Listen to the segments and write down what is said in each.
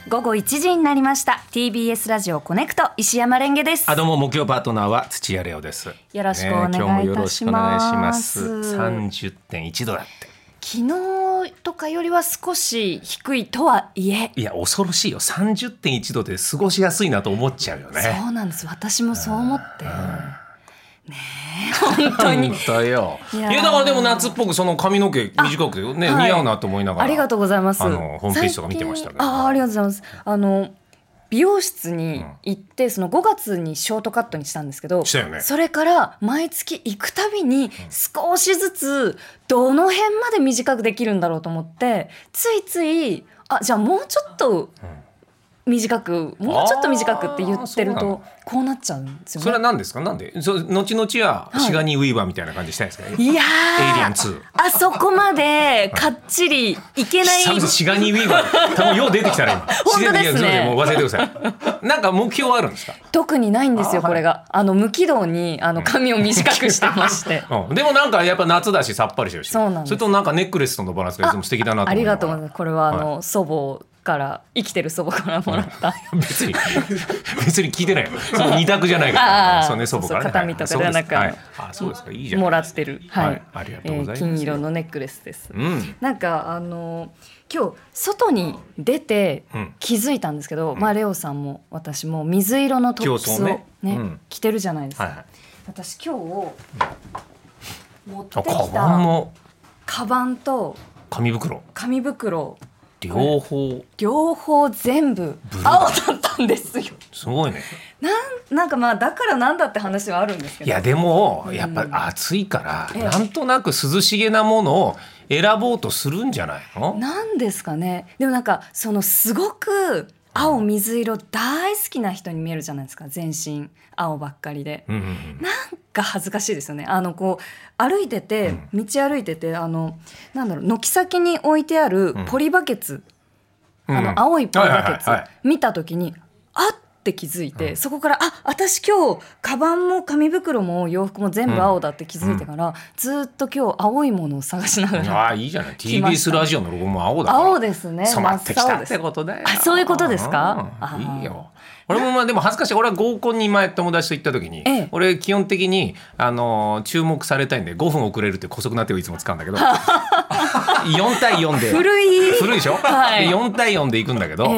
午後1時になりました。 TBS ラジオコネクト、石山レンゲです。 どうも木曜パートナーは土屋レオです。 よろしくお願いいたします、 今日もよろしくお願いします。30.1 度だって。 昨日とかよりは少し低いとはいえ、 いや恐ろしいよ。30.1 度で過ごしやすいなと思っちゃうよね。 そうなんです、私もそう思ってねえ、本当に本当よ。いやだからでも夏っぽくその髪の毛短くね、似合うなと思いながら、 ありがとうございます。 ホームページとか見てましたけど。 ありがとうございます。美容室に行って、その5月にショートカットにしたんですけど、 したよね。 それから毎月行くたびに少しずつどの辺まで短くできるんだろうと思って、ついついじゃあもうちょっと短く、もうちょっと短くって言ってるとこうなっちゃうんですよね。 それは何ですか？なんで後々はシガニー・ウィーバーみたいな感じしたいですか？ いやエイリアン2、 あそこまでかっちりいけない。 久々シガニー・ウィーバー多分よう出てきたら今本当ですね。 もう忘れてください。なんか目標あるんですか？ 特にないんですよ。これが無軌道に髪を短くしてまして、 でもなんかやっぱ夏だしさっぱりしてるし、 そうなんです。 それとなんかネックレスとのバランスがいつも素敵だなと思う。 ありがとうございます。これは祖母から、生きてる祖母からもらった別に聞いてないよ。その二択じゃないからそうね、祖母からね、 形見とかではなく、 そうですか、いいじゃん、 もらってる、 ありがとうございます。 金色のネックレスです、なんか今日外に出て気づいたんですけど、レオさんも私も水色のトップスをね着てるじゃないですか。私今日持ってきたカバンと紙袋両方全部青だったんですよ。 すごいね。 なんかだからなんだって話はあるんですけど、 いやでもやっぱ暑いから、なんとなく涼しげなものを選ぼうとするんじゃないの？なんですかね。でもなんかすごく青水色大好きな人に見えるじゃないですか。全身青ばっかりで、なんか恥ずかしいですよね。こう歩いてて、道歩いててなんだろう、軒先に置いてあるポリバケツ、青いポリバケツ見た時にって気づいて、そこから私今日カバンも紙袋も洋服も全部青だって気づいてから、ずっと今日青いものを探しながらいいじゃない。 TBS ラジオのロゴも青だから青ですね。 染まってきたってことだよ。 そういうことですか？ いいよ。俺もでも恥ずかしい。俺は合コンに前友達と行った時に、俺基本的に注目されたいんで5分遅れるって姑息な手をいつも使うんだけど4対4で古いでしょ、4対4で行くんだけど、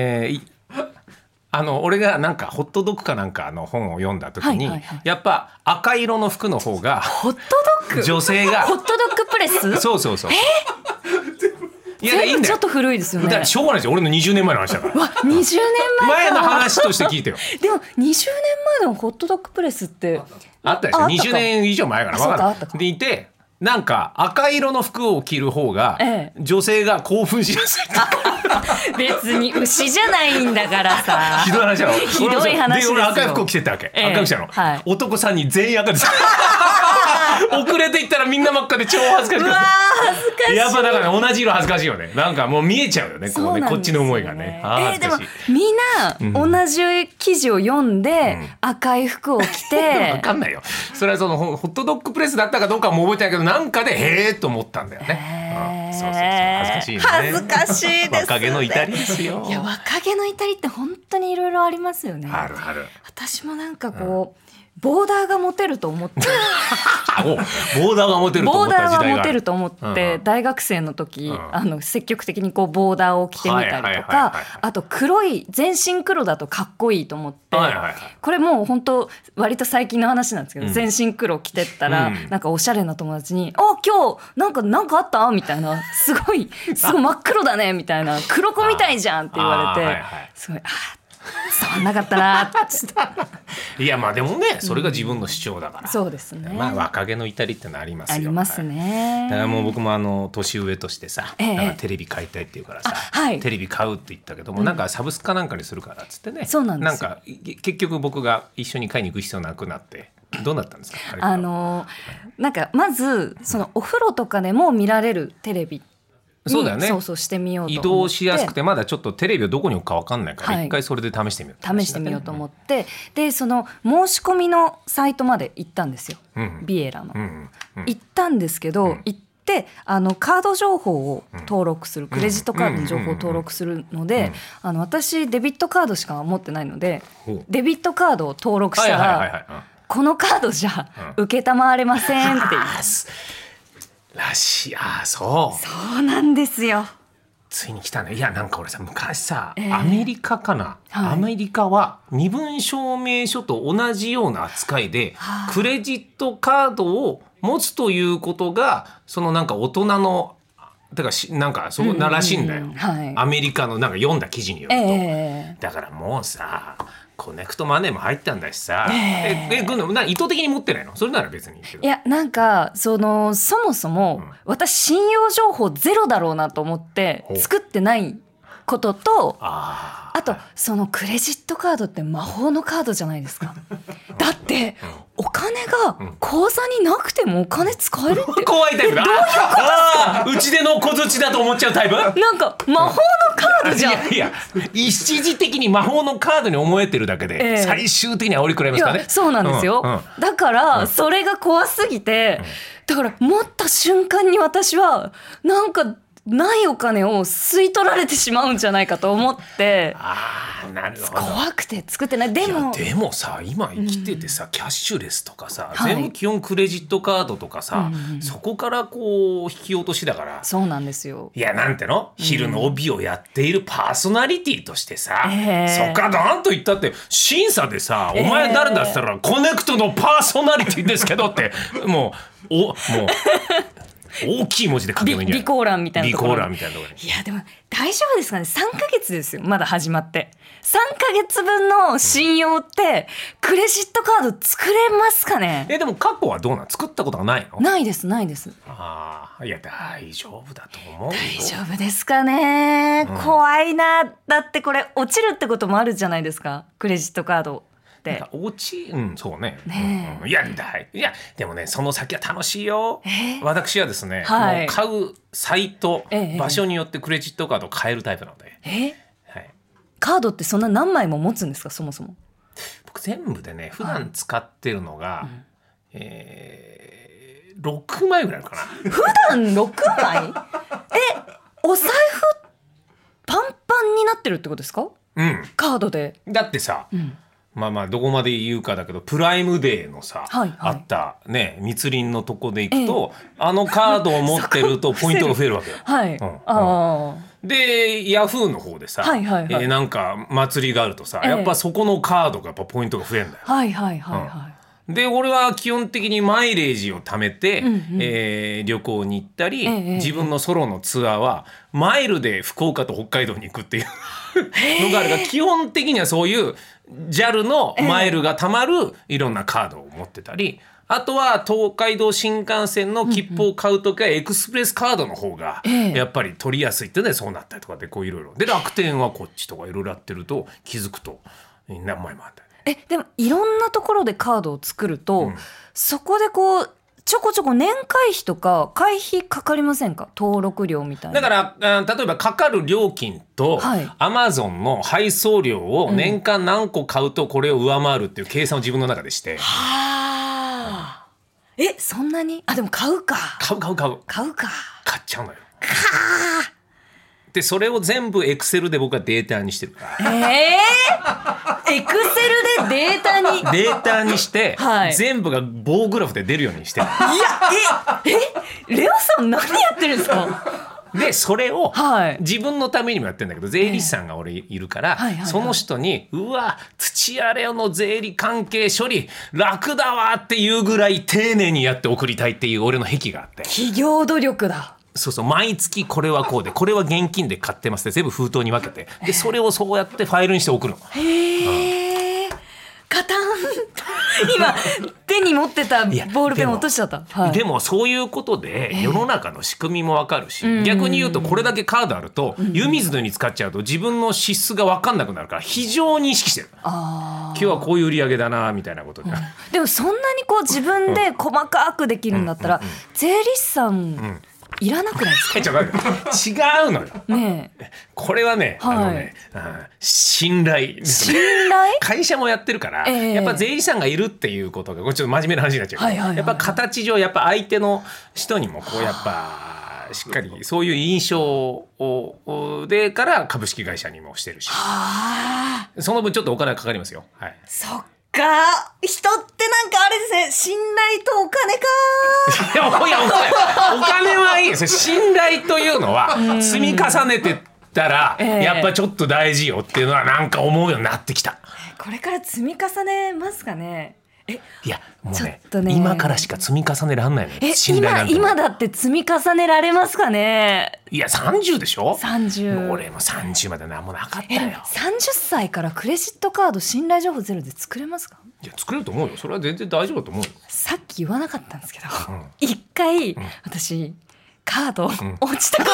俺がなんかホットドッグかなんかの本を読んだ時に、やっぱ赤色の服の方がホットドッグ、 女性がホットドッグプレスそういやいいんだよ。 ちょっと古いですよね。 だからしょうがないですよ。俺の20年前の話だから。 20年前の話として聞いてよ。 でも20年前のホットドッグプレスってあったでしょ。20年以上前から分かる。でいて、なんか赤色の服を着る方が女性が興奮しやすい。 別に牛じゃないんだからさ。 ひどい話だろ。 ひどい話ですよ。 で俺赤い服を着てたわけ。赤くしたの。男3人全員赤です。遅れていったらみんな真っ赤で超恥ずかしかった。 恥ずかしい。 やっぱだから同じ色恥ずかしいよね。なんかもう見えちゃうよね。こうね、こっちの思いがね。 でもみんな同じ記事を読んで赤い服を着て、 分かんないよ。それはそのホットドッグプレスだったかどうかも覚えてないけど、なんかでへーと思ったんだよね。そう恥ずかしいね。 恥ずかしいですね。 若気の至りですよ。 いや若気の至りって本当にいろいろありますよね。 ある。 私もなんかこう、ボーダーが持てると思ってボーダーが持てると思った時代がある。ボーダーが持てると思って大学生の時、積極的にこうボーダーを着てみたりとか、あと全身黒だとかっこいいと思って、これもう本当割と最近の話なんですけど、全身黒着てったら、なんかおしゃれな友達に今日なんかあった？みたいな、すごい真っ黒だねみたいな、黒子みたいじゃんって言われて、すごい伝わんなかったなっていやでもね、それが自分の主張だから。 そうですね。 若気の至りってのありますよ。 ありますね。 だからもう僕も年上としてさ、テレビ買いたいって言うからさ、テレビ買うって言ったけども、なんかサブスクかなんかにするからっつってね。 そうなんですよ。 なんか結局僕が一緒に買いに行く必要なくなって、どうなったんですか？ なんかまずお風呂とかでも見られるテレビ、 そうだよね。 そうしてみようと思って、 移動しやすくて、まだちょっとテレビをどこに置くか分かんないから、一回それで試してみようと思って、で申し込みのサイトまで行ったんですよ、ビエラの、行ったんですけど、行っでカード情報を登録する、クレジットカードの情報を登録するので、私デビットカードしか持ってないので、デビットカードを登録したら、このカードじゃ承れませんって言いますらしい。そうなんですよ。 ついに来たね。いやなんか俺さ昔さ、アメリカかな、アメリカは身分証明書と同じような扱いで、クレジットカードを持つということがそのなんか大人のてかなんかそうならしいんだよ、アメリカのなんか読んだ記事によると、だからもうさコネクトマネーも入ったんだしさ、意図的に持ってないの？それなら別にいいけど。 いやなんかそもそも、私信用情報ゼロだろうなと思って作ってないことと、あとそのクレジットカードって魔法のカードじゃないですか。だってお金が口座になくてもお金使えるって怖いタイプだ。 どういうことですか？ うちでの小槌だと思っちゃうタイプ？ なんか魔法のカードじゃん。 いや一時的に魔法のカードに思えてるだけで、最終的には煽り食らいますからね。 そうなんですよ、だからそれが怖すぎて、だから持った瞬間に私はなんかないお金を吸い取られてしまうんじゃないかと思って、 なるほど、 怖くて作ってない。でもさ今生きててさ、キャッシュレスとかさ、全部基本クレジットカードとかさ、そこからこう引き落としだから。 そうなんですよ。 いやなんての昼の帯をやっているパーソナリティとしてさ、そっからなんと言ったって審査でさ、お前誰だっつったら、コネクトのパーソナリティですけどってもう大きい文字で書けばいいんじゃない？備考欄みたいなところ。いやでも大丈夫ですかね。3ヶ月ですよ、まだ始まって3ヶ月分の信用ってクレジットカード作れますかね？ でも過去はどうなん？作ったことがないの？ ないです。いや大丈夫だと思うよ。 大丈夫ですかね、怖いな。だってこれ落ちるってこともあるじゃないですか、クレジットカード。 そうね。いやでもね、その先は楽しいよ。私はですね、もう買うサイト、場所によってクレジットカードを買えるタイプなので。 カードってそんな何枚も持つんですか？そもそも僕全部でね、普段使ってるのが、6枚ぐらいかな。 普段6枚お財布パンパンになってるってことですか？カードで。 だってさ、どこまで言うかだけど、プライムデーのさ、あったね密林のとこで行くと、カードを持ってるとポイントが増えるわけよ。でヤフーの方でさ、なんか祭りがあるとさ、やっぱそこのカードがやっぱポイントが増えるんだよ。で俺は基本的にマイレージを貯めて、旅行に行ったり、自分のソロのツアーはマイルで福岡と北海道に行くっていうのがあるから、基本的にはそういう JAL のマイルが貯まるいろんなカードを持ってたり、あとは東海道新幹線の切符を買うときはエクスプレスカードの方がやっぱり取りやすいってね、そうなったりとかでこういろいろで、楽天はこっちとかいろいろやってると気づくと何枚もあったり。 でもいろんなところでカードを作ると、そこでこうちょこちょこ年会費とか会費かかりませんか？登録料みたいな。 だから例えばかかる料金と、アマゾンの配送料を年間何個買うとこれを上回るっていう計算を自分の中でして、 そんなに？でも買うか。買うか。 買っちゃうのよ。でそれを全部エクセルで僕はデータにしてるから。 エクセルでデータにして、全部が棒グラフで出るようにしてる。 レオさん何やってるんですか？ でそれを自分のためにもやってるんだけど、税理士さんが俺いるから、その人にうわ土屋レオの税理関係処理楽だわっていうぐらい丁寧にやって送りたいっていう俺の癖があって。 企業努力だ。 そう毎月これはこうでこれは現金で買ってますって全部封筒に分けて、でそれをそうやってファイルにして送るの。 カタン今手に持ってたボールペン落としちゃった。 でもそういうことで世の中の仕組みも分かるし、逆に言うとこれだけカードあると、湯水のように使っちゃうと自分の支出が分かんなくなるから非常に意識してる。今日はこういう売り上げだなみたいなことで、 でもそんなにこう自分で細かくできるんだったら、税理士さんいらなくないですか？ ちょっと待って、違うのよ。 ねえ、 これはね、信頼ですね。 信頼会社もやってるから、やっぱ税理士さんがいるっていうことが、これちょっと真面目な話になっちゃうけど、やっぱ形上やっぱ相手の人にもこうやっぱしっかりそういう印象をでから株式会社にもしてるし、その分ちょっとお金かかりますよ。はい。 そっか、人ってなんかあれですね、信頼とお金か。 いやお金はいいです。信頼というのは積み重ねてったらやっぱちょっと大事よっていうのはなんか思うようになってきた。 これから積み重ねますかね。 いやもう ね今からしか積み重ねらんないのよ。信頼なんて今だって積み重ねられますかね。 いや30でしょ。 30。 俺も30まで何もなかったよ。 30歳からクレジットカード信頼情報ゼロで作れますか？ いや作れると思うよ。それは全然大丈夫だと思うよ。 さっき言わなかったんですけど、一回、私カード落ちたことがあるんですよ。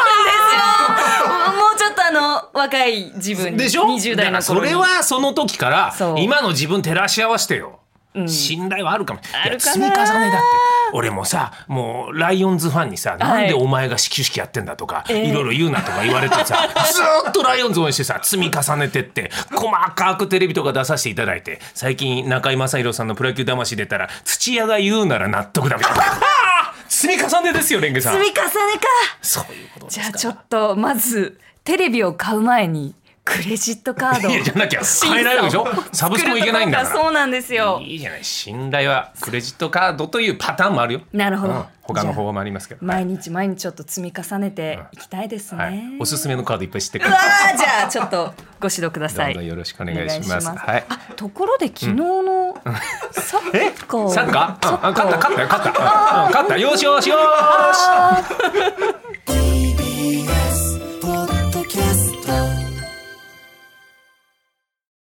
もうちょっと若い自分にでしょ。 20代の頃に。 それはその時から今の自分照らし合わせてよ。信頼はあるかも。 あるかな。 積み重ねだって俺もさ、もうライオンズファンにさ、なんでお前が始球式やってんだとか、いろいろ言うなとか言われてさ、ずっとライオンズ応援してさ、積み重ねてって細かくテレビとか出させていただいて、最近中居正広さんのプロ野球魂出たら土屋が言うなら納得だみたいな。積み重ねですよ、レンゲさん。 積み重ねか。 そういうことですか。 じゃあちょっとまずテレビを買う前にクレジットカードじゃなきゃ買えないでしょ。サブスクもいけないんだから。 そうなんですよ。 いいじゃない。信頼はクレジットカードというパターンもあるよ。 なるほど、 他の方法もありますけど、 毎日毎日ちょっと積み重ねていきたいですね。 おすすめのカードいっぱい知ってくる。 じゃあちょっとご指導ください。 どうぞよろしくお願いします。はい。 ところで昨日のサッカー、 勝ったよ。勝ったよしよしよし。